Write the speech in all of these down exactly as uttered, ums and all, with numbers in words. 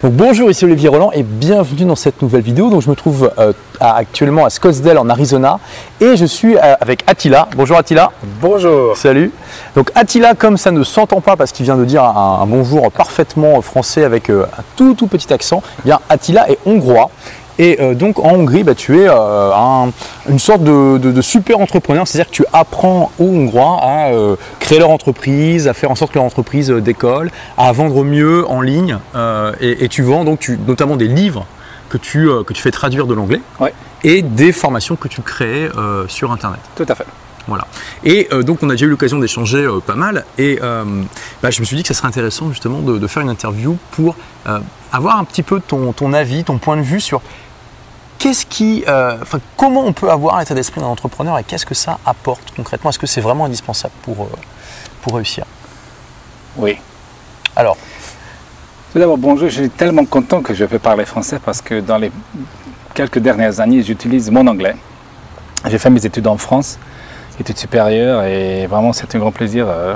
Donc bonjour, ici Olivier Roland et bienvenue dans cette nouvelle vidéo. Donc je me trouve euh, à, actuellement à Scottsdale en Arizona et je suis euh, avec Attila. Bonjour Attila. Bonjour. Salut. Donc Attila, comme ça ne s'entend pas parce qu'il vient de dire un, un bonjour parfaitement français avec euh, un tout tout petit accent, eh bien Attila est hongrois. Et euh, donc en Hongrie, bah, tu es euh, un, une sorte de, de, de super entrepreneur, c'est-à-dire que tu apprends aux Hongrois à euh, créer leur entreprise, à faire en sorte que leur entreprise euh, décolle, à vendre mieux en ligne euh, et, et tu vends donc tu, notamment des livres que tu, euh, que tu fais traduire de l'anglais ouais. et des formations que tu crées euh, sur Internet. Tout à fait. Voilà. Et euh, donc on a déjà eu l'occasion d'échanger euh, pas mal et euh, bah, je me suis dit que ça serait intéressant justement de, de faire une interview pour euh, avoir un petit peu ton, ton avis, ton point de vue sur qu'est-ce qui, euh, enfin, comment on peut avoir l'état d'esprit d'un entrepreneur et qu'est-ce que ça apporte concrètement? Est-ce que c'est vraiment indispensable pour, euh, pour réussir? Oui. Alors, tout d'abord, bonjour, je suis tellement content que je peux parler français parce que dans les quelques dernières années, j'utilise mon anglais. J'ai fait mes études en France, études supérieures, et vraiment c'est un grand plaisir euh,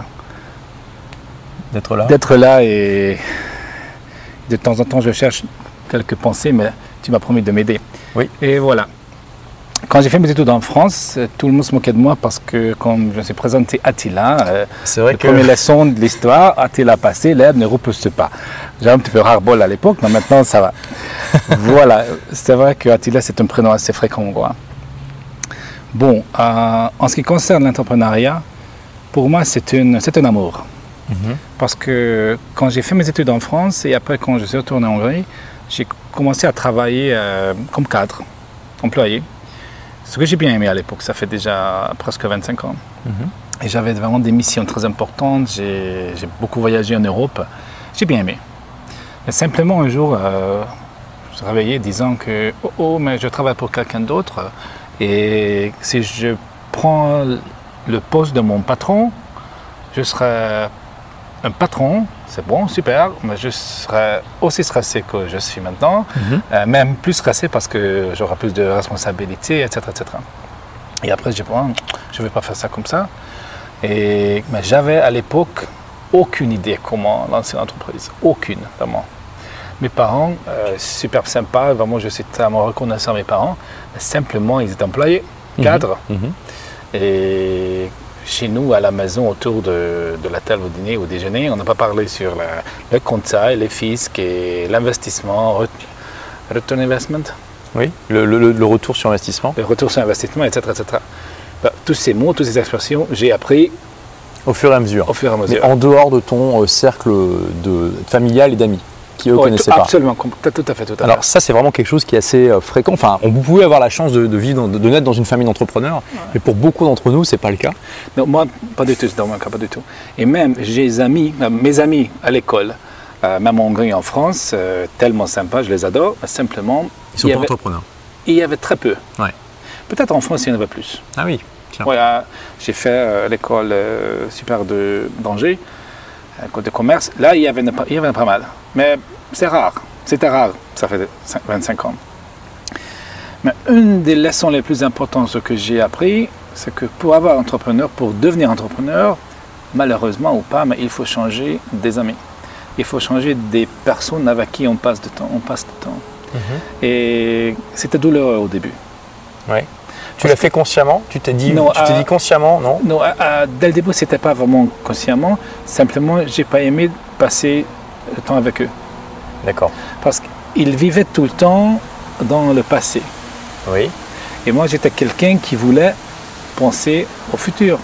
d'être là. D'être là et de temps en temps je cherche quelques pensées, mais tu m'as promis de m'aider. Oui. Et voilà. Quand j'ai fait mes études en France, tout le monde se moquait de moi parce que quand je me suis présenté Attila, euh, c'est vrai la que... première leçon de l'histoire, Attila passé, l'herbe ne repousse pas. J'avais un petit peu ras-le-bol à l'époque, mais maintenant ça va. Voilà, c'est vrai que Attila c'est un prénom assez fréquent hongrois. Bon, euh, en ce qui concerne l'entrepreneuriat, pour moi c'est un amour. Mm-hmm. Parce que quand j'ai fait mes études en France et après quand je suis retourné en Hongrie, j'ai commencé à travailler euh, comme cadre, employé. Ce que j'ai bien aimé à l'époque, ça fait déjà presque vingt-cinq ans. Mm-hmm. Et j'avais vraiment des missions très importantes, j'ai beaucoup voyagé en Europe, j'ai bien aimé. Mais simplement un jour, euh, je me suis réveillé disant que « Oh, oh, mais je travaille pour quelqu'un d'autre et si je prends le poste de mon patron, je serai un patron, c'est bon, super, mais je serai aussi stressé que je suis maintenant, mm-hmm. euh, même plus stressé parce que j'aurai plus de responsabilités, et cetera, et cetera. Et après, je dis, bon, je ne vais pas faire ça comme ça. Et, mais j'avais à l'époque aucune idée comment lancer une entreprise, aucune, vraiment. Mes parents, euh, super sympas, vraiment, je suis tellement reconnaissant à mes parents, mais simplement, ils étaient employés, cadres. Mm-hmm. Et chez nous, à la maison, autour de, de la table au dîner, au déjeuner, on n'a pas parlé sur la, le comptable, les fiscs et l'investissement, return investment. Oui, le, le, le retour sur investissement. Le retour sur investissement, et cetera et cetera. Ben, tous ces mots, toutes ces expressions, j'ai appris au fur et à mesure. Au fur et à mesure. Mais en dehors de ton euh, cercle de, familial et d'amis qui eux ne ouais, connaissaient tout, pas. Absolument, tout à fait. Tout à Alors fait. ça, c'est vraiment quelque chose qui est assez euh, fréquent. Enfin, on pouvait avoir la chance de, de vivre, dans, de, de naître dans une famille d'entrepreneurs, ouais. Mais pour beaucoup d'entre nous, c'est pas le cas. Non, moi, pas du tout, dans mon cas, pas du tout. Et même, j'ai des amis, mes amis à l'école, euh, même en Hongrie, en France, euh, tellement sympas, je les adore, simplement... Ils sont pas avait, entrepreneurs. Il y avait très peu. Ouais. Peut-être en France, il y en avait plus. Ah oui, tiens. Ouais, euh, j'ai fait euh, l'école euh, super d'Angers, l'école de commerce. Là, il y, avait, il y avait pas mal. Mais c'est rare. C'était rare, ça fait vingt-cinq ans. Mais une des leçons les plus importantes que j'ai appris, c'est que pour avoir entrepreneur, pour devenir entrepreneur, malheureusement ou pas, mais il faut changer des amis. Il faut changer des personnes avec qui on passe du temps. On passe du temps. Mm-hmm. Et c'était douloureux au début. Ouais. Tu l'as fait consciemment? Tu t'es dit, non, tu t'es euh, dit consciemment, non? Non, euh, dès le début, c'était pas vraiment consciemment. Simplement, j'ai pas aimé passer le temps avec eux. D'accord. Parce qu'ils vivaient tout le temps dans le passé. Oui. Et moi, j'étais quelqu'un qui voulait penser au futur,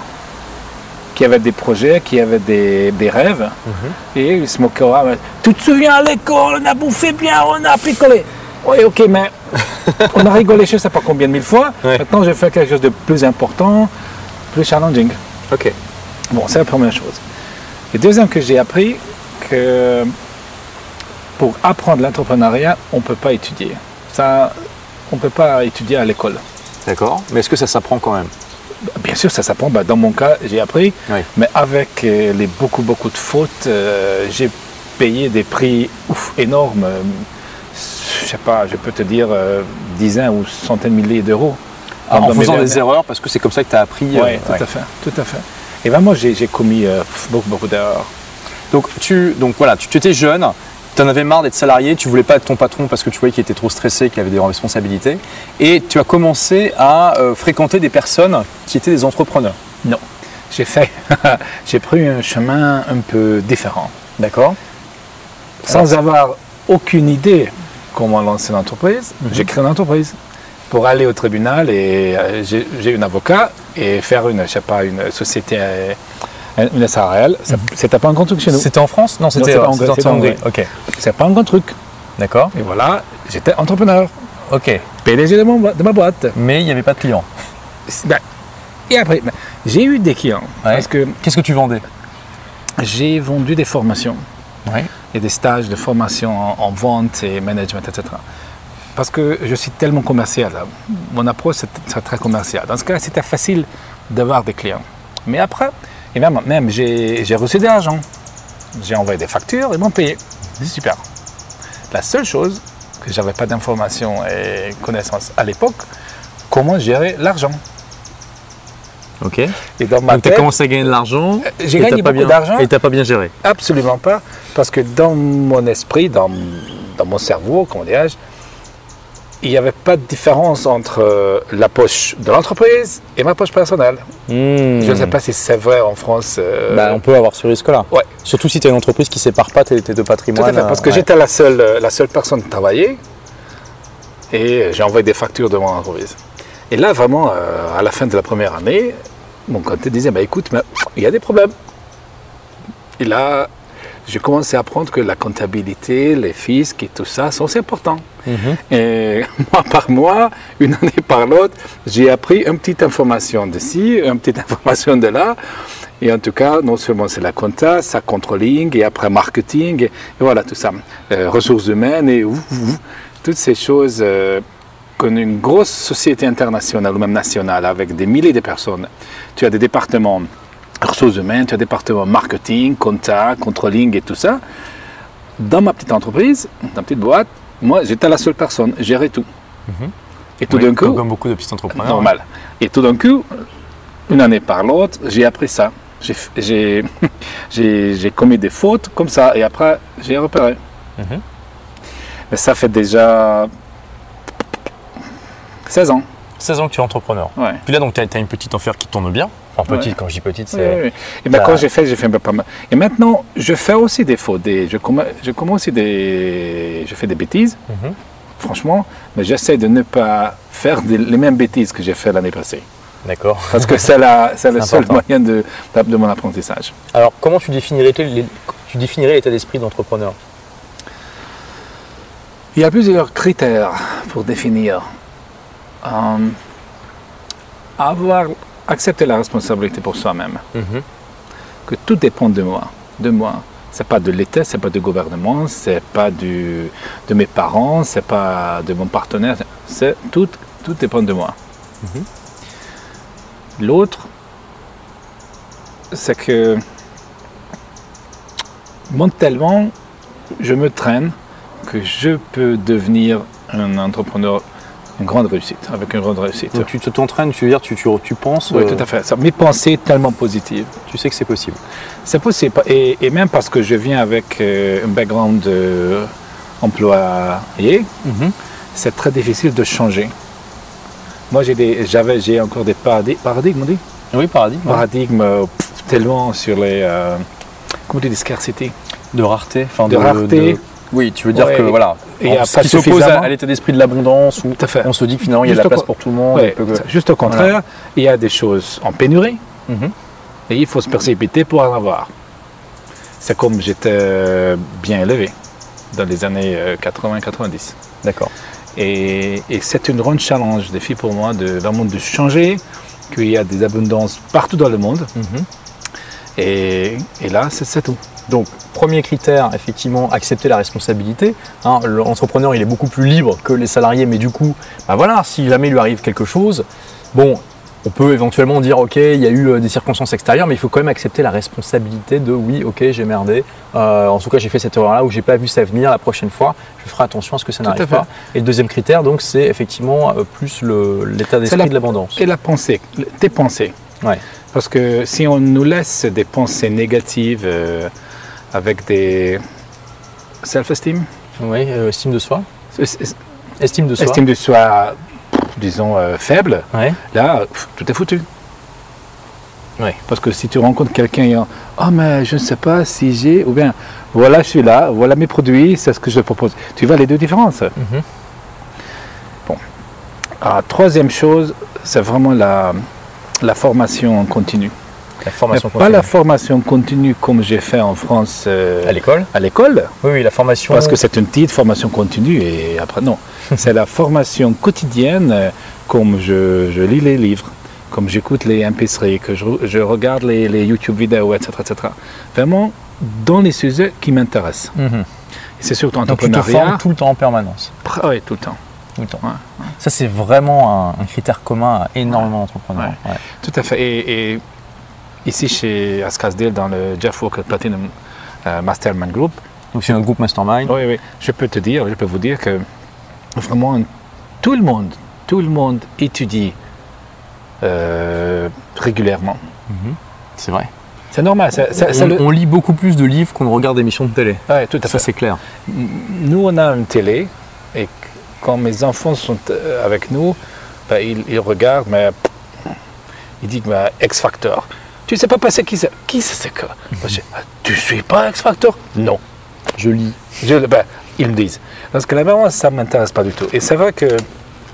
qui avait des projets, qui avait des, des rêves. Mm-hmm. Et ils se moquaient. Ah, tu te souviens à l'école, on a bouffé bien, on a picolé. Oui, ok, mais on a rigolé je ne sais pas combien de mille fois. Ouais. Maintenant, je fais quelque chose de plus important, plus challenging. Ok. Bon, c'est la première chose. Et deuxième que j'ai appris, que pour apprendre l'entrepreneuriat, on ne peut pas étudier. Ça, on ne peut pas étudier à l'école. D'accord. Mais est-ce que ça s'apprend quand même? Bien sûr, ça s'apprend. Bah, dans mon cas, j'ai appris. Oui. Mais avec euh, les beaucoup, beaucoup de fautes, euh, j'ai payé des prix ouf, énormes. Je ne sais pas, je peux te dire euh, dizaines ou centaines de milliers d'euros. En, en faisant des erreurs, parce que c'est comme ça que tu as appris. Oui, euh, tout ouais. à fait. Tout à fait. Et vraiment, j'ai commis euh, beaucoup, beaucoup d'erreurs. Donc, tu, donc voilà, tu étais jeune. tu en avais marre d'être salarié, tu voulais pas être ton patron parce que tu voyais qu'il était trop stressé, qu'il avait des responsabilités. Et tu as commencé à euh, fréquenter des personnes qui étaient des entrepreneurs. Non, j'ai fait, j'ai pris un chemin un peu différent. D'accord. Sans avoir aucune idée comment lancer une entreprise, mm-hmm. j'ai créé une entreprise pour aller au tribunal et euh, j'ai, j'ai un avocat et faire une, je sais pas, une société, euh, une S A R L. Mm-hmm. C'était pas un grand truc chez nous. C'était en France? Non, c'était, non, c'était, en, c'était en Hongrie. Ok. C'est pas un grand truc. D'accord. Et voilà, j'étais entrepreneur. Ok. P D G de, mon, de ma boîte. Mais il n'y avait pas de clients. Ben, et après, ben, j'ai eu des clients. Ouais. Parce que qu'est-ce que tu vendais? J'ai vendu des formations. Ouais. Et des stages de formation en, en vente et management, et cetera. Parce que je suis tellement commercial. Mon approche, c'est, c'est très commercial. Dans ce cas, c'était facile d'avoir des clients. Mais après, et même, même j'ai, j'ai reçu de l'argent. J'ai envoyé des factures, ils m'ont payé. C'est super. La seule chose que je n'avais pas d'informations et connaissances à l'époque, comment gérer l'argent. Ok. Et dans ma Donc tu as commencé à gagner de l'argent. J'ai gagné beaucoup bien, d'argent. Et tu n'as pas bien géré. Absolument pas. Parce que dans mon esprit, dans, dans mon cerveau, comment dirais-je, il n'y avait pas de différence entre la poche de l'entreprise et ma poche personnelle. Mmh. Je ne sais pas si c'est vrai en France. Euh... Bah, on peut avoir ce risque-là. Ouais. Surtout si tu as une entreprise qui ne sépare pas tes, tes deux patrimoines. Tout à fait, parce que ouais. j'étais la seule, la seule personne qui travaillait et j'ai envoyé des factures de mon entreprise. Et là, vraiment, euh, à la fin de la première année, mon comptable disait, bah, écoute, mais il y a des problèmes. Et là, j'ai commencé à apprendre que la comptabilité, les fiscs et tout ça sont aussi importants. Mm-hmm. Et mois par mois, une année par l'autre, j'ai appris une petite information d'ici, une petite information de là. Et en tout cas, non seulement c'est la compta, ça controlling, et après marketing, et, et voilà tout ça. Euh, ressources humaines et ouf, ouf, toutes ces choses. Euh, Une grosse société internationale ou même nationale avec des milliers de personnes, tu as des départements ressources humaines, tu as des départements marketing, compta, controlling et tout ça. Dans ma petite entreprise, dans ma petite boîte, moi j'étais la seule personne, je gérais tout. Mm-hmm. Et tout oui, d'un coup, comme beaucoup de petits entrepreneurs. Normal. Ouais. Et tout d'un coup, une année par l'autre, j'ai appris ça. J'ai, j'ai, j'ai, j'ai commis des fautes comme ça et après j'ai repéré. Mm-hmm. Mais ça fait déjà seize ans. seize ans que tu es entrepreneur. Ouais. Puis là, donc, tu as une petite affaire qui tourne bien. Enfin, petite, ouais. Quand je dis petite, c'est... Oui, oui. Et ben, quand j'ai fait, j'ai fait un peu pas mal. Et maintenant, je fais aussi des fautes. Des, je, commets, je commets aussi des... Je fais des bêtises, mm-hmm. franchement, mais j'essaie de ne pas faire des, les mêmes bêtises que j'ai fait l'année passée. D'accord. Parce que c'est, la, c'est le seul moyen de, de mon apprentissage. Alors, comment tu définirais, les, tu définirais l'état d'esprit d'entrepreneur? Il y a plusieurs critères pour définir. Um, avoir accepté la responsabilité pour soi-même, mm-hmm. que tout dépend de moi, de moi. C'est pas de l'État, c'est pas du gouvernement, c'est pas du, de mes parents, c'est pas de mon partenaire, c'est tout, tout dépend de moi. Mm-hmm. L'autre, c'est que mentalement, je me traîne que je peux devenir un entrepreneur. Une grande réussite, avec une grande réussite. Donc tu t'entraînes, tu veux dire, tu, tu, tu penses... Oui, euh... tout à fait. Ça, mes pensées tellement positives. Tu sais que c'est possible. C'est possible. Et, et même parce que je viens avec euh, un background d'employé, mm-hmm. c'est très difficile de changer. Moi, j'ai, des, j'avais, j'ai encore des paradigmes, paradigmes on dit ? Oui, paradigmes. Paradigmes ouais. pff, tellement sur les... Euh, comment tu dis, scarcity ? De rareté. Enfin, de, de rareté. De... Oui, tu veux dire ouais, que voilà, et ce qui s'oppose à, à l'état d'esprit de l'abondance, où on se dit que finalement il y a de la place pour tout le monde. Ouais, que... Juste au contraire, voilà. Il y a des choses en pénurie mm-hmm. et il faut se précipiter pour en avoir. C'est comme j'étais bien élevé dans les années quatre-vingts quatre-vingt-dix. D'accord. Et, et c'est une grande challenge, défi pour moi de vraiment de changer, qu'il y a des abondances partout dans le monde. Mm-hmm. Et, et là, c'est, c'est tout. Donc, premier critère, effectivement, accepter la responsabilité. Hein, l'entrepreneur, il est beaucoup plus libre que les salariés, mais du coup, bah voilà, si jamais il lui arrive quelque chose, bon, on peut éventuellement dire, ok, il y a eu des circonstances extérieures, mais il faut quand même accepter la responsabilité de, oui, ok, j'ai merdé. Euh, en tout cas, j'ai fait cette erreur-là où j'ai pas vu ça venir. La prochaine fois, je ferai attention à ce que ça tout n'arrive pas. Et le deuxième critère, donc, c'est effectivement plus le, l'état d'esprit la, de l'abondance. Et la pensée, tes pensées. Ouais. Parce que si on nous laisse des pensées négatives, euh, avec des, self-esteem. Oui, euh, estime de soi. Es- es- Estime de soi. Estime de soi, disons, euh, faible. Ouais. Là, pff, tout est foutu. Ouais. Parce que si tu rencontres quelqu'un et oh mais je ne sais pas si j'ai, ou bien voilà je suis là, voilà mes produits, c'est ce que je propose. Tu vois les deux différences. Mhm. Bon. Ah, troisième chose, c'est vraiment la, la formation continue. La formation Mais pas continue. la formation continue comme j'ai fait en France euh, À l'école. à l'école, Oui, oui, la formation. parce que c'est une petite formation continue et après non. C'est la formation quotidienne euh, comme je, je lis les livres, comme j'écoute les M P trois, que je, je regarde les, les YouTube vidéos, et cetera, et cetera. Vraiment dans les sujets qui m'intéressent. Mhm. Et c'est surtout Donc tu te entrepreneuriat. formes tout le temps en permanence. Oui, tout le temps. Tout le temps. Ouais, Ça, c'est vraiment un, un critère commun à énormément d'entrepreneurs. Ouais. tout à fait. Et, et ici chez Ascasdale, dans le Jeff Walker Platinum euh, Mastermind Group, Donc c'est notre groupe Mastermind. oui, oui, je peux te dire, je peux vous dire que vraiment tout le monde, tout le monde étudie euh, régulièrement. Mhm. C'est vrai. C'est normal. c'est- c'est- c'est On, le- on lit beaucoup plus de livres qu'on ne regarde d'émissions de télé. Ouais, tout à Ça, fait. c'est clair. Nous, on a une télé et quand mes enfants sont euh, avec nous, ben, ils, ils regardent, mais pff, ils disent ben, X Factor. Tu sais pas passer qui c'est Qui c'est c'est que Ben, je dis, Ah, tu suis pas X Factor Non. Je lis. Je, ben, ils me disent. Parce que là, vraiment, ça ne m'intéresse pas du tout. Et c'est vrai que,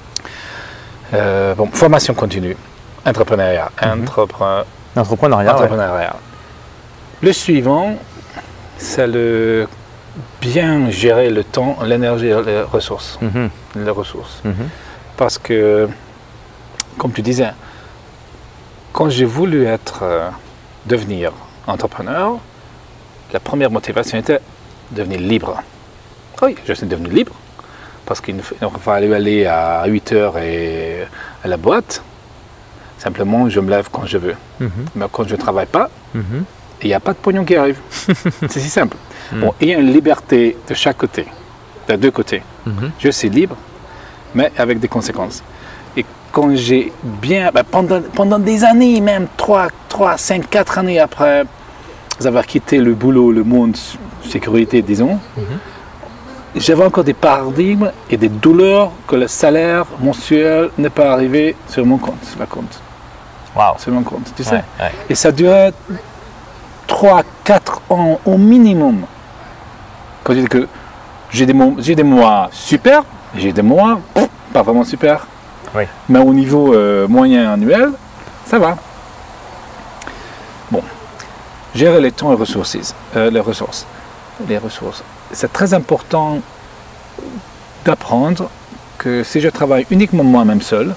euh, bon, formation continue, entrepreneuriat, entrepre- L'entrepreneuriat. ouais. entrepreneuriat. Le suivant, c'est le bien gérer le temps, l'énergie et les ressources. Mhm. Les ressources. Mhm. Parce que, comme tu disais, quand j'ai voulu être, euh, devenir entrepreneur, la première motivation était devenir libre. Oui, je suis devenu libre parce qu'il fa- il fallait aller à huit heures et à la boîte. Simplement, je me lève quand je veux. Mhm. Mais quand je ne travaille pas, Mhm. il n'y a pas de pognon qui arrive. C'est si simple. Bon, il y a une liberté de chaque côté, des deux côtés. Mhm. Je suis libre, mais avec des conséquences. Et quand j'ai bien, ben, pendant, pendant des années, même trois, trois, cinq, quatre années après avoir quitté le boulot, le monde sécurité, disons, j'avais encore des paradigmes et des douleurs que le salaire mensuel n'est pas arrivé sur mon compte, sur la compte, Waouh. sur mon compte, tu sais. Ouais, ouais. Et ça durait trois, quatre ans au minimum. Quand je dis que j'ai des, mo- j'ai des mois super, j'ai des mois pff, pas vraiment super. Oui. Mais au niveau euh, moyen annuel, ça va. Bon, gérer les temps et ressources, euh, les ressources, les ressources. C'est très important d'apprendre que si je travaille uniquement moi-même seul,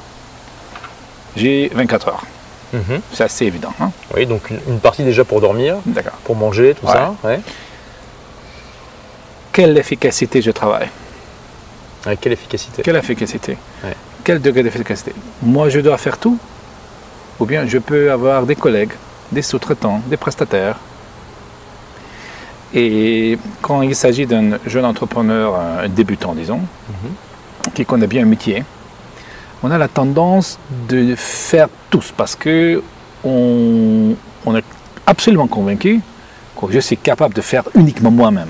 j'ai vingt-quatre heures. Mhm. C'est assez évident. Hein. Oui, donc une, une partie déjà pour dormir, D'accord. pour manger, tout Ouais. ça. Ouais. Quelle efficacité je travaille? Avec quelle efficacité? Quelle efficacité? Ouais. Quel degré d'efficacité? Moi, je dois faire tout? Ou bien je peux avoir des collègues, des sous-traitants, des prestataires. Et quand il s'agit d'un jeune entrepreneur, un débutant, disons, qui connaît bien un métier, on a la tendance de faire tous parce que on, on est absolument convaincu que je suis capable de faire uniquement moi-même.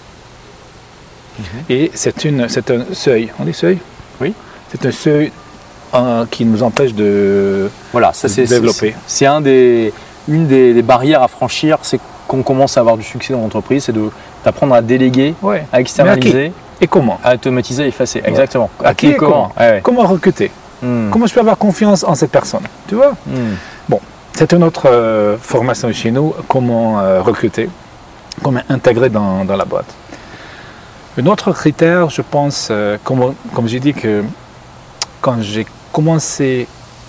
Et c'est une, c'est un seuil. On dit seuil? Oui. C'est un seuil euh, qui nous empêche de Voilà, ça c'est développer. c'est- C'est un des, une des, des barrières à franchir, c'est qu'on commence à avoir du succès dans l'entreprise, c'est de- d'apprendre à déléguer, Ouais. à externaliser, Et comment? à automatiser, à effacer. Exactement. À qui et comment comment Ouais, ouais. Comment recruter? Hmm. Comment je peux avoir confiance en cette personne? Tu vois? Hmm. C'est une autre euh, formation chez nous, comment euh, recruter, comment intégrer dans, dans la boîte. Un autre critère, je pense, euh, comme, comme j'ai dit que quand j'ai commencé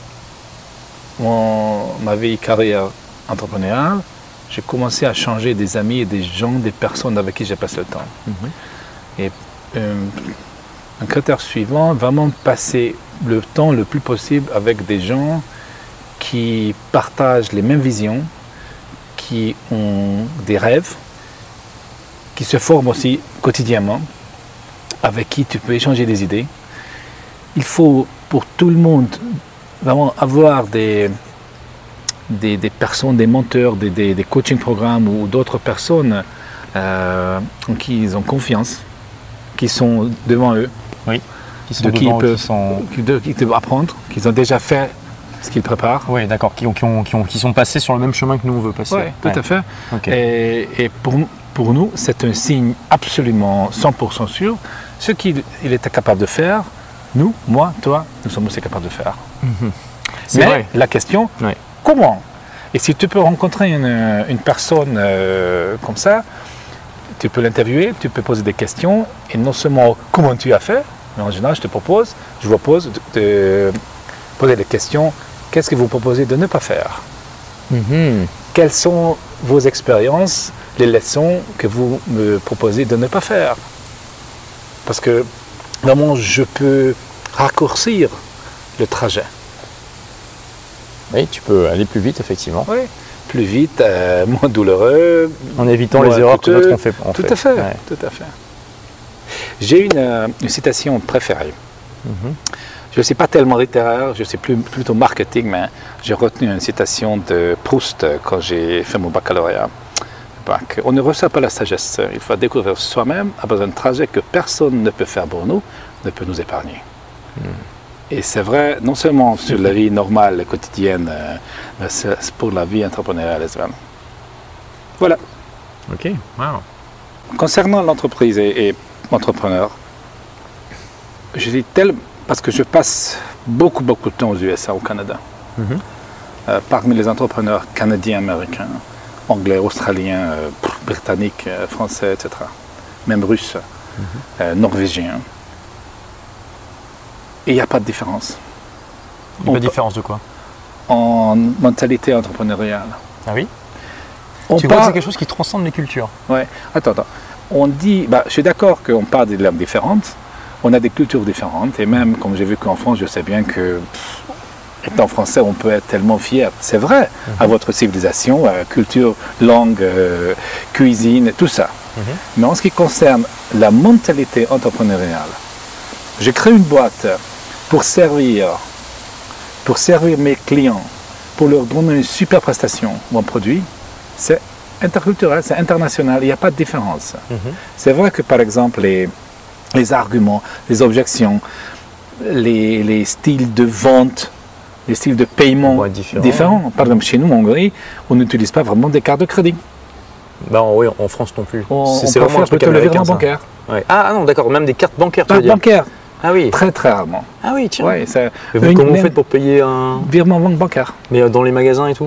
mon, ma vie carrière entrepreneuriale, j'ai commencé à changer des amis et des gens, des personnes avec qui j'ai passé le temps. Mhm. Et euh, un critère suivant, vraiment passer le temps le plus possible avec des gens qui partagent les mêmes visions, qui ont des rêves, qui se forment aussi quotidiennement, avec qui tu peux échanger des idées. Il faut pour tout le monde vraiment avoir des, des, des personnes, des menteurs, des, des, des coaching programmes ou d'autres personnes euh, en qui ils ont confiance, qui sont devant eux, Oui. Qui sont de qui ils devant, peuvent, qui sont... qui de- qui peuvent apprendre, qu'ils ont déjà fait ce qu'ils préparent. Oui, d'accord. Qui, ont, qui, ont, qui, ont, qui sont passés sur le même chemin que nous on veut passer. Oui, tout à fait. Ok. Et, et pour, pour nous, c'est un signe absolument cent pour cent sûr. Ce qu'il il était capable de faire, nous, moi, toi, nous sommes aussi capables de faire. C'est Mais vrai. la question, Ouais. comment? Et si tu peux rencontrer une, une personne euh, comme ça, tu peux l'interviewer, tu peux poser des questions, et non seulement comment tu as fait, mais en général, je te propose, je vous propose de, de poser des questions. Qu'est-ce que vous proposez de ne pas faire? Mhm. Quelles sont vos expériences, les leçons que vous me proposez de ne pas faire? Parce que vraiment, je peux raccourcir le trajet. Oui, tu peux aller plus vite, effectivement. Oui. Plus vite, euh, moins douloureux. En évitant moins les erreurs que coûteux. d'autres ont fait. en Tout fait. à fait, Ouais. tout à fait. J'ai une, euh, une citation préférée. Mhm. Je ne suis pas tellement littéraire, je suis plus, plutôt marketing, mais j'ai retenu une citation de Proust quand j'ai fait mon baccalauréat. Donc, on ne reçoit pas la sagesse, il faut découvrir soi-même à besoin d'un trajet que personne ne peut faire pour nous, ne peut nous épargner. Et c'est vrai, non seulement sur la vie normale, quotidienne, euh, mais c'est c'est pour la vie entrepreneuriale. Voilà. Ok. Wow. Concernant l'entreprise et, et entrepreneur, je dis tel parce que je passe beaucoup, beaucoup de temps aux U S A, au Canada. Mhm. Euh, parmi les entrepreneurs canadiens, américains, anglais, australiens, euh, pff, britanniques, euh, français, et cetera. Même russes, euh, norvégiens. Et il n'y a pas de différence Il y a pas de différence de quoi? en mentalité entrepreneuriale. Ah oui? On Tu crois que parle- c'est quelque chose qui transcende les cultures? Ouais. Attends, attends. On dit, bah, je suis d'accord qu'on parle des langues différentes, on a des cultures différentes, et même, comme j'ai vu qu'en France, je sais bien que, pff, étant français, on peut être tellement fier. C'est vrai, à votre civilisation, euh, culture, langue, euh, cuisine, tout ça. Mhm. Mais en ce qui concerne la mentalité entrepreneuriale, je crée une boîte pour servir, pour servir mes clients, pour leur donner une super prestation ou un produit, c'est interculturel, c'est international, il n'y a pas de différence. Mhm. C'est vrai que, par exemple, les, les arguments, les objections, les, les styles de vente, les styles de paiement Vont être différents. différents. Par exemple, chez nous, en Hongrie, on n'utilise pas vraiment des cartes de crédit. Bah oui, en France non plus. On, C'est- on c'est vraiment préfère un truc plutôt le américain, virement ça. bancaire. Ouais. Ah ah non, d'accord, même des cartes bancaires, tu Pas veux dire? bancaire, Ah oui. très très rarement. Ah oui, tiens. Ouais, c'est Et vous, une- comment vous même faites pour payer un... virement banque bancaire, Mais euh, dans les magasins et tout?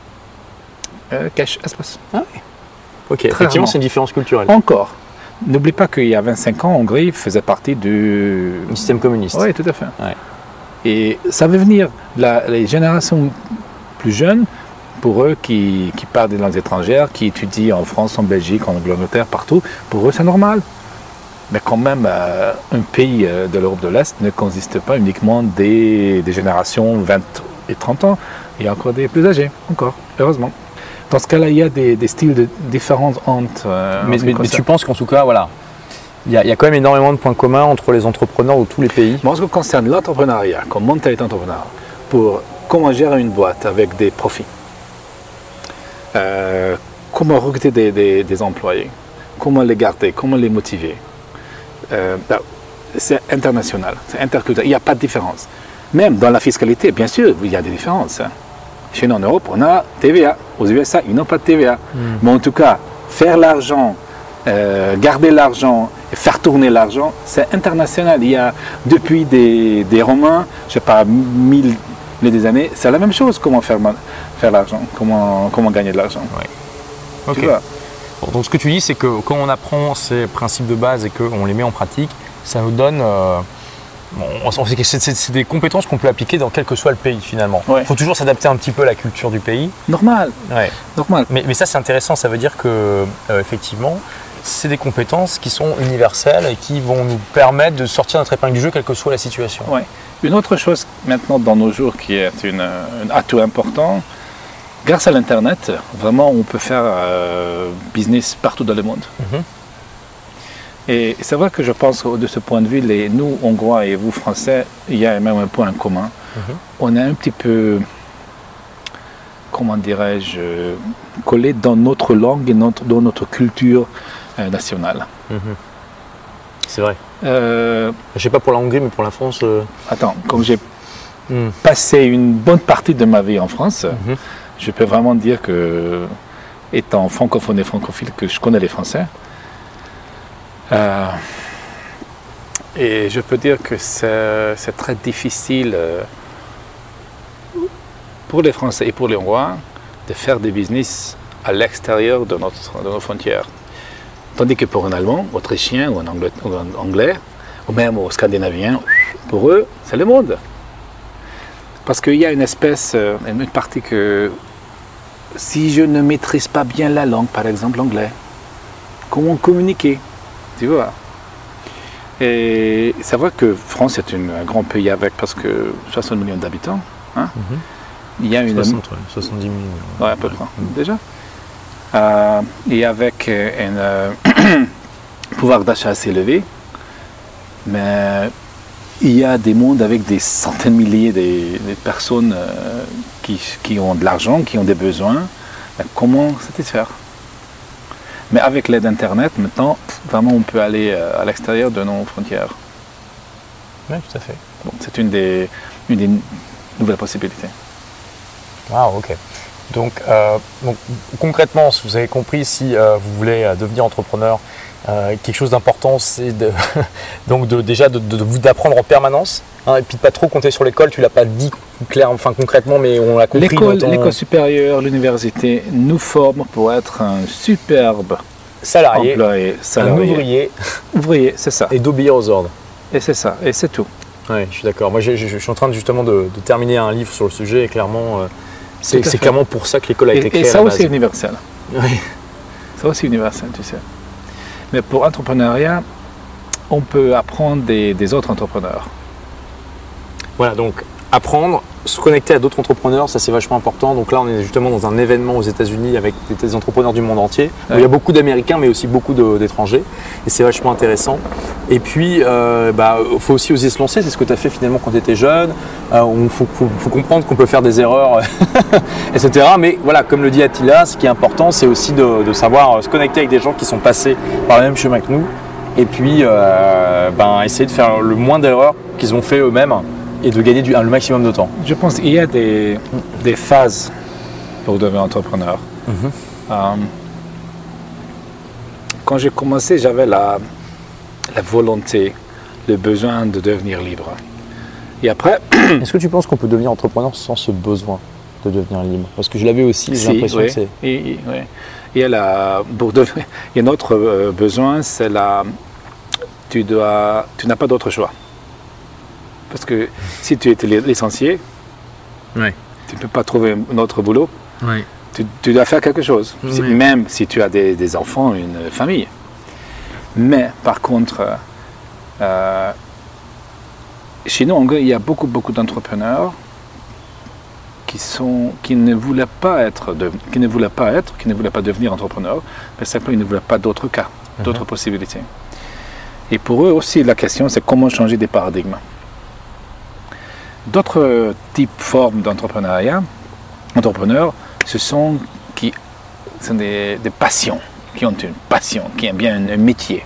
euh, cash, espace. Ok, effectivement, rarement. c'est une différence culturelle. Encore. N'oublie pas qu'il y a vingt-cinq ans, Hongrie faisait partie du... Du système communiste. Oui, tout à fait. Ouais. Et ça veut venir, la- les générations plus jeunes, pour eux qui, qui parlent des langues étrangères, qui étudient en France, en Belgique, en Angleterre, partout, pour eux c'est normal. Mais quand même, euh, un pays euh, de l'Europe de l'Est ne consiste pas uniquement des, des générations vingt et trente ans. Il y a encore des plus âgés, encore, heureusement. Dans ce cas-là, il y a des, des styles de, différents entre... euh, Mais, en ce qui mais- mais concerne- tu penses qu'en tout cas, voilà, il y, a- il y a quand même énormément de points communs entre les entrepreneurs de tous les pays. Mais en ce qui concerne l'entrepreneuriat, comme mentalité entrepreneuriale, pour comment gérer une boîte avec des profits, euh, comment recruter des, des- des employés, comment les garder, comment les motiver, euh, ben, c'est international, c'est interculturel, il n'y a pas de différence. Même dans la fiscalité, bien sûr, il y a des différences. hein. Chez nous en Europe, on a T V A. Aux U S A, ils n'ont pas de T V A. Mais en tout cas, faire l'argent, euh, garder l'argent et faire tourner l'argent, c'est international. Il y a depuis des, des Romains, je ne sais pas, mille des années, c'est la même chose. Comment faire, ma- faire l'argent, comment, comment gagner de l'argent. Ok. Tu vois. Bon, donc ce que tu dis, c'est que quand on apprend ces principes de base et qu'on les met en pratique, ça nous donne... euh, bon, on- on sait que c'est, c'est- c'est des compétences qu'on peut appliquer dans quel que soit le pays finalement. Il Ouais. faut toujours s'adapter un petit peu à la culture du pays. Normal, Ouais. normal. Mais, mais ça c'est intéressant, ça veut dire que euh, effectivement, c'est des compétences qui sont universelles et qui vont nous permettre de sortir notre épingle du jeu quelle que soit la situation. Ouais. Une autre chose maintenant dans nos jours qui est une, un atout important, grâce à l'Internet, vraiment on peut faire euh, business partout dans le monde. Mhm. Et c'est vrai que je pense que de ce point de vue, les, nous Hongrois et vous Français, il y a même un point commun. Mhm. On est un petit peu, comment dirais-je, collé dans notre langue et notre, dans notre culture euh, nationale. Mm-hmm. C'est vrai. Euh, Je sais pas pour la Hongrie, mais pour la France. Euh... Attends, comme j'ai Mm. passé une bonne partie de ma vie en France, Mm-hmm. je peux vraiment dire que, étant francophone et francophile, que je connais les Français. Euh, et je peux dire que c'est, c'est très difficile euh, pour les Français et pour les Hongrois de faire des business à l'extérieur de, notre, de nos frontières. Tandis que pour un Allemand, Autrichien ou un Anglais, ou un Anglais, ou même aux Scandinaviens, pour eux, c'est le monde. Parce qu'il y a une espèce, une partie que, si je ne maîtrise pas bien la langue, par exemple l'anglais, comment communiquer, tu vois? Et c'est vrai que France est une, un grand pays avec presque soixante millions d'habitants. Hein? Mm-hmm. Il y a une... soixante, ouais, soixante-dix millions. Ouais, à peu près, déjà. Euh, et avec un euh, pouvoir d'achat assez élevé, mais il y a des mondes avec des centaines de milliers de, de personnes euh, qui, qui ont de l'argent, qui ont des besoins. Mais comment satisfaire? Mais avec l'aide d'Internet, maintenant, vraiment, on peut aller euh, à l'extérieur de nos frontières. Oui, tout à fait. Bon, c'est une des, une des nouvelles possibilités. Ah, ok. Donc, euh, donc concrètement, si vous avez compris, si euh, vous voulez euh, devenir entrepreneur, euh, quelque chose d'important, c'est de, donc de, déjà de, de, de, d'apprendre en permanence, hein, et puis de pas trop compter sur l'école. Tu l'as pas dit clair, enfin concrètement, mais on l'a compris. L'école, ton... l'école supérieure, l'université nous forment pour être un superbe salarié, employé, salarié. Un ouvrier, ouvrier, c'est ça. Et d'obéir aux ordres. Et c'est ça, et c'est tout. Oui, je suis d'accord. Moi, je, je, je suis en train de, justement de, de terminer un livre sur le sujet, et clairement. Euh, C'est, c'est clairement pour ça que l'école a et, été créée. Et ça à la aussi base. universel. Oui. Ça aussi universel, tu sais. Mais pour l'entrepreneuriat, on peut apprendre des, des autres entrepreneurs. Voilà, donc apprendre, se connecter à d'autres entrepreneurs, ça c'est vachement important. Donc là, on est justement dans un événement aux États-Unis avec des entrepreneurs du monde entier. Ouais. Où il y a beaucoup d'Américains, mais aussi beaucoup de, d'étrangers. Et c'est vachement intéressant. Et puis, euh, bah, faut aussi oser se lancer. C'est ce que tu as fait finalement quand tu étais jeune. Il euh, faut, faut, faut comprendre qu'on peut faire des erreurs, et cetera. Mais voilà, comme le dit Attila, ce qui est important, c'est aussi de, de savoir se connecter avec des gens qui sont passés par le même chemin que nous. Et puis, euh, ben, essayer de faire le moins d'erreurs qu'ils ont fait eux-mêmes. Et de gagner du, le maximum de temps. Je pense qu'il y a des, des phases pour devenir entrepreneur. Mm-hmm. Euh, quand j'ai commencé, j'avais la, la volonté, le besoin de devenir libre. Et après... Est-ce que tu penses qu'on peut devenir entrepreneur sans ce besoin de devenir libre? Parce que je l'avais aussi, j'ai si, l'impression oui, que c'est... Et, et, oui. Il y a, la, pour devenir, il y a un autre euh, besoin, c'est la... Tu, dois, tu n'as pas d'autre choix. Parce que si tu étais licencié, ouais. tu ne peux pas trouver un autre boulot. Ouais. Tu, tu dois faire quelque chose, ouais. si, même si tu as des, des enfants, une famille. Mais par contre, euh, chez nous, il y a beaucoup, beaucoup d'entrepreneurs qui, sont, qui ne voulaient pas être, de, qui ne voulaient pas être, qui ne voulaient pas devenir entrepreneurs, mais simplement ils ne voulaient pas d'autres cas, mm-hmm. d'autres possibilités. Et pour eux aussi, la question, c'est comment changer des paradigmes. D'autres types, formes d'entrepreneuriat, entrepreneurs, ce sont, qui, ce sont des, des passions, qui ont une passion, qui aiment bien un, un métier.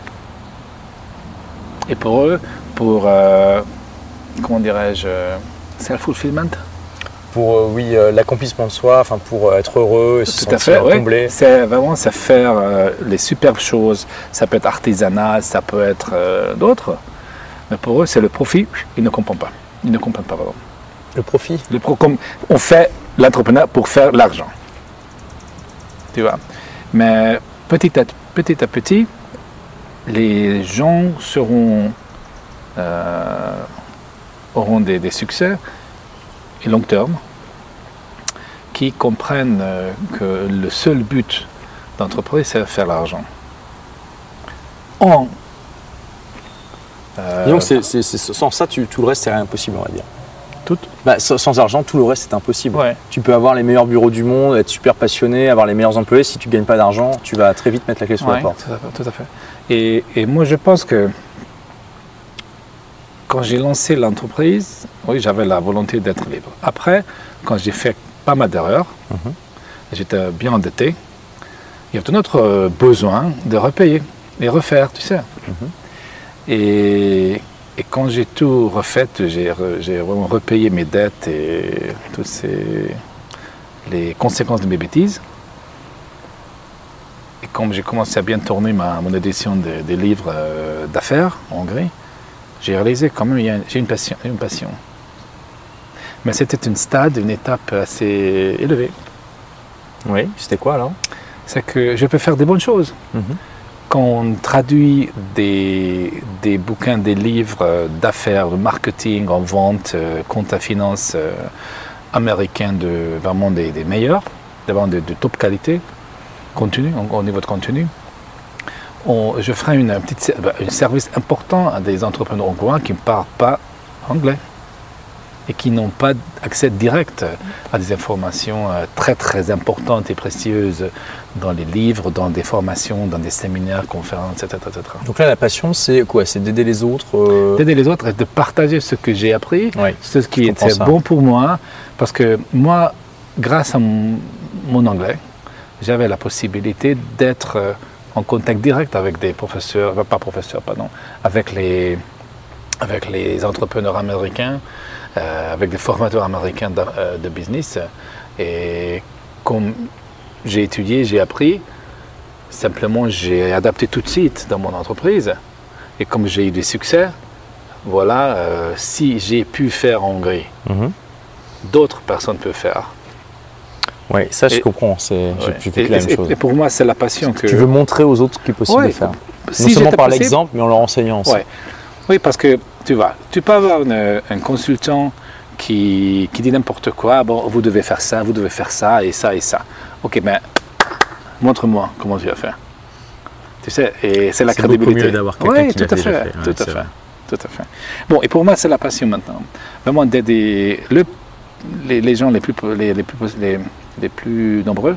Et pour eux, pour, euh, comment dirais-je, self-fulfillment. Pour, euh, oui, euh, l'accomplissement de soi, enfin pour euh, être heureux et se Tout à sentir fait, comblé. Oui. C'est vraiment, c'est faire euh, les superbes choses. Ça peut être artisanal, ça peut être euh, d'autres. Mais pour eux, c'est le profit, ils ne comprennent pas. Ils ne comprennent pas vraiment. Le profit le pro, comme on fait l'entrepreneur pour faire l'argent. Tu vois. Mais petit à petit, à petit les gens seront, euh, auront des, des succès et long terme qui comprennent euh, que le seul but d'entreprise, c'est de faire l'argent. En Euh, Et donc c'est, c'est, c'est, sans ça, tu, tout le reste, c'est impossible, on va dire. Tout bah, sans, sans argent, tout le reste, c'est impossible. Ouais. Tu peux avoir les meilleurs bureaux du monde, être super passionné, avoir les meilleurs employés. Si tu ne gagnes pas d'argent, tu vas très vite mettre la clé sur ouais, la porte. Tout à fait. Tout à fait. Et, et moi, je pense que quand j'ai lancé l'entreprise, oui, j'avais la volonté d'être libre. Après, quand j'ai fait pas mal d'erreurs. Mm-hmm. J'étais bien endetté. Il y avait un autre besoin de repayer et refaire, tu sais. Mm-hmm. Et, et quand j'ai tout refait, j'ai, j'ai vraiment repayé mes dettes et toutes ces, les conséquences de mes bêtises. Et comme j'ai commencé à bien tourner ma, mon édition de, des livres euh, d'affaires en Hongrie, j'ai réalisé quand même que j'ai une passion, une passion. Mais c'était une stade, une étape assez élevée. Oui, c'était quoi alors? C'est que je peux faire des bonnes choses. Mm-hmm. Quand on traduit des, des bouquins, des livres d'affaires, de marketing, en vente, euh, compte à finance euh, américain, de, vraiment des, des meilleurs, vraiment de, de top qualité, contenu, au niveau de contenu, on, je ferai une, un petit un service important à des entrepreneurs hongrois qui ne parlent pas anglais et qui n'ont pas accès direct à des informations très très importantes et précieuses dans les livres, dans des formations, dans des séminaires, conférences, et cetera et cetera. Donc là, la passion, c'est quoi? C'est d'aider les autres euh... D'aider les autres et de partager ce que j'ai appris, oui, ce qui était ça. Bon pour moi, parce que moi, grâce à mon, mon anglais, j'avais la possibilité d'être en contact direct avec des professeurs, pas professeurs, pardon, avec les, avec les entrepreneurs américains, euh, avec des formateurs américains de, euh, de business. Et comme j'ai étudié, j'ai appris, simplement j'ai adapté tout de suite dans mon entreprise. Et comme j'ai eu des succès, voilà, euh, si j'ai pu faire en Hongrie, mm-hmm. d'autres personnes peuvent faire. Oui, ça je et, comprends, c'est, ouais. j'ai fait la même et, chose. Et pour moi, c'est la passion que... Tu veux montrer aux autres qu'il est possible ouais. de faire. Si non seulement par possible, l'exemple, mais en leur enseignant aussi. Ouais. Oui, parce que tu vois, tu peux avoir une, un consultant qui, qui dit n'importe quoi, bon, vous devez faire ça, vous devez faire ça, et ça, et ça. Ok, mais montre-moi comment tu vas faire. Tu sais, et c'est la c'est crédibilité. C'est beaucoup mieux d'avoir quelqu'un oui, qui l'a tout à déjà fait, fait. Tout, ouais, à fait tout à fait. Bon, et pour moi, c'est la passion maintenant. Vraiment d'aider le, les, les gens les plus, les, les, plus, les, les plus nombreux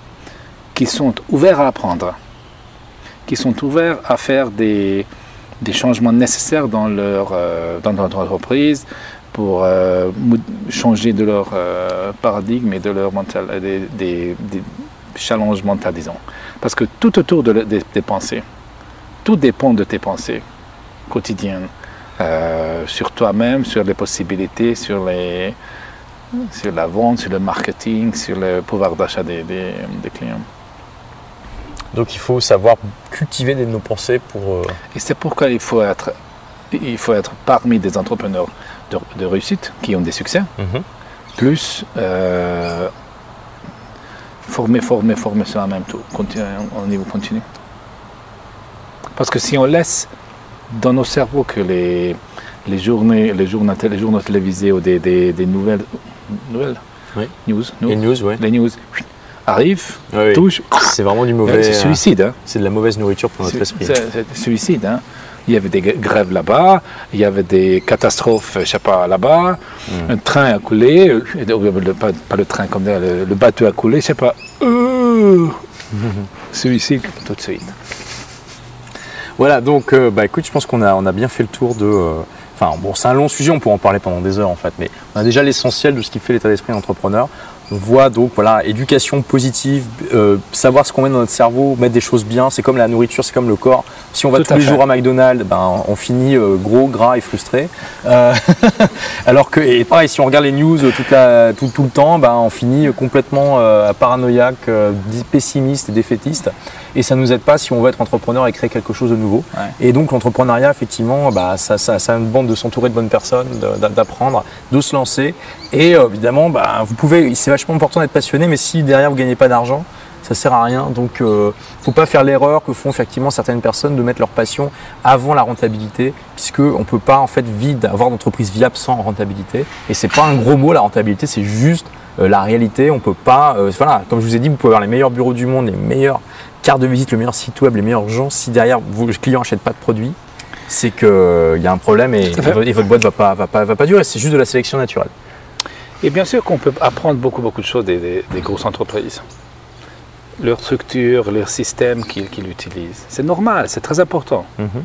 qui sont ouverts à apprendre, qui sont ouverts à faire des, des changements nécessaires dans leur, euh, dans leur entreprise pour euh, changer de leur euh, paradigme et de leur mental, des, des, des challenges mentaux, disons. Parce que tout autour de, de, des pensées, tout dépend de tes pensées quotidiennes, euh, sur toi-même, sur les possibilités, sur, les, sur la vente, sur le marketing, sur le pouvoir d'achat des, des, des clients. Donc il faut savoir cultiver nos pensées pour... Euh... Et c'est pourquoi il faut être, il faut être parmi des entrepreneurs de, de réussite qui ont des succès, mm-hmm. plus euh, former, former, former sur la même tour, au niveau continu. Parce que si on laisse dans nos cerveaux que les, les, journées, les, journaux, les journaux télévisés ou des, des, des nouvelles, nouvelles oui. news, les news, ouais. les news arrivent, oui, touchent. C'est vraiment du mauvais. C'est suicide. Hein. C'est de la mauvaise nourriture pour notre c'est, esprit. C'est, c'est suicide. Hein. Il y avait des grèves là-bas, il y avait des catastrophes, je ne sais pas, là-bas. Mm. Un train a coulé, le, pas, pas le train comme ça, le, le bateau a coulé, je ne sais pas. Euh, suicide tout de suite. Voilà, donc euh, bah, écoute, je pense qu'on a, on a bien fait le tour de... Euh, enfin, bon, c'est un long sujet, on pourrait en parler pendant des heures en fait, mais on a déjà l'essentiel de ce qui fait l'état d'esprit d'entrepreneur. On voit donc, voilà, éducation positive, euh, savoir ce qu'on met dans notre cerveau, mettre des choses bien, c'est comme la nourriture, c'est comme le corps. Si on va Tout tous les fait. jours à McDonald's, ben, on finit euh, gros, gras et frustré. Euh, alors que, et pareil, si on regarde les news toute la, tout, tout le temps, ben, on finit complètement euh, paranoïaque, euh, pessimiste et défaitiste. Et ça ne nous aide pas si on veut être entrepreneur et créer quelque chose de nouveau. Ouais. Et donc l'entrepreneuriat, effectivement, bah, ça, ça, ça demande de s'entourer de bonnes personnes, de, d'apprendre, de se lancer. Et euh, évidemment, bah, vous pouvez, c'est vachement important d'être passionné, mais si derrière vous ne gagnez pas d'argent, ça ne sert à rien. Donc il euh, ne faut pas faire l'erreur que font effectivement certaines personnes de mettre leur passion avant la rentabilité, puisqu'on ne peut pas en fait vide, avoir d'entreprise viable sans rentabilité. Et ce n'est pas un gros mot, la rentabilité, c'est juste euh, la réalité. On peut pas, euh, voilà, comme je vous ai dit, vous pouvez avoir les meilleurs bureaux du monde, les meilleurs carte de visite, le meilleur site web, les meilleurs gens, si derrière vos clients n'achètent pas de produits, c'est qu'il euh, y a un problème et, et votre boîte ne va pas, va, pas, va pas durer. C'est juste de la sélection naturelle. Et bien sûr qu'on peut apprendre beaucoup, beaucoup de choses des, des, des grosses entreprises. Leur structure, leur système qu'ils, qu'ils utilisent. C'est normal, c'est très important. Mm-hmm.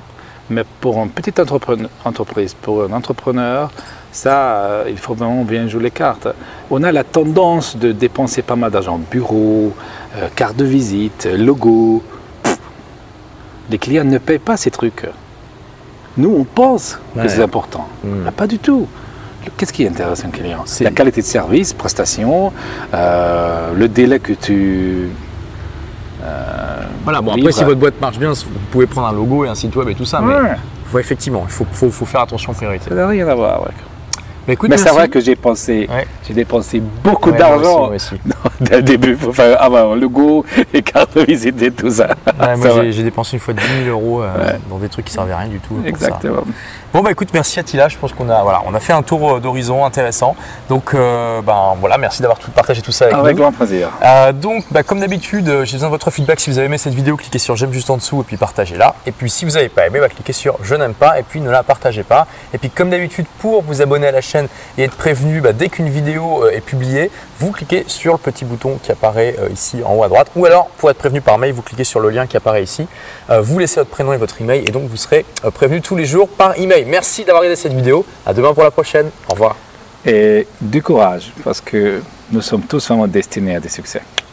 Mais pour une petite entrepreneur- entreprise, pour un entrepreneur, ça, euh, il faut vraiment bien jouer les cartes. On a la tendance de dépenser pas mal d'argent. Bureau, euh, carte de visite, logo. Pff, les clients ne payent pas ces trucs. Nous, on pense Ouais. que c'est important. Mm. Mais pas du tout. Qu'est-ce qui intéresse un client? C'est- La qualité de service, prestation, euh, le délai que tu... euh, Voilà, bon, après, livres. si votre boîte marche bien, vous pouvez prendre un logo et un site web et tout ça, mais Ouais. faut, effectivement, il faut, faut, faut faire attention aux priorités. Ça n'a rien à voir. Ouais. Mais écoute, Mais c'est merci. vrai que j'ai pensé, Ouais. j'ai dépensé beaucoup Ouais, moi d'argent aussi, moi aussi. dès le début pour faire avoir le logo, les cartes de visite et tout ça. Ouais, C'est moi, vrai. j'ai- j'ai dépensé une fois dix mille euros euh, Ouais. dans des trucs qui servaient à rien du tout. pour ça. Exactement. Bon bah écoute, merci Attila, je pense qu'on a, voilà, on a fait un tour euh, d'horizon intéressant. Donc euh, ben voilà, merci d'avoir tout partagé tout ça avec Avec nous. grand plaisir. Euh, donc bah, comme d'habitude, euh, j'ai besoin de votre feedback. Si vous avez aimé cette vidéo, cliquez sur j'aime juste en dessous et puis partagez-la. Et puis si vous n'avez pas aimé, bah, cliquez sur je n'aime pas et puis ne la partagez pas. Et puis comme d'habitude, pour vous abonner à la chaîne et être prévenu bah, dès qu'une vidéo euh, est publiée, vous cliquez sur le petit bouton qui apparaît euh, ici en haut à droite. Ou alors pour être prévenu par mail, vous cliquez sur le lien qui apparaît ici. Euh, vous laissez votre prénom et votre email et donc vous serez euh, prévenu tous les jours par email. Merci d'avoir regardé cette vidéo. À demain pour la prochaine. Au revoir. Et du courage, parce que nous sommes tous vraiment destinés à des succès.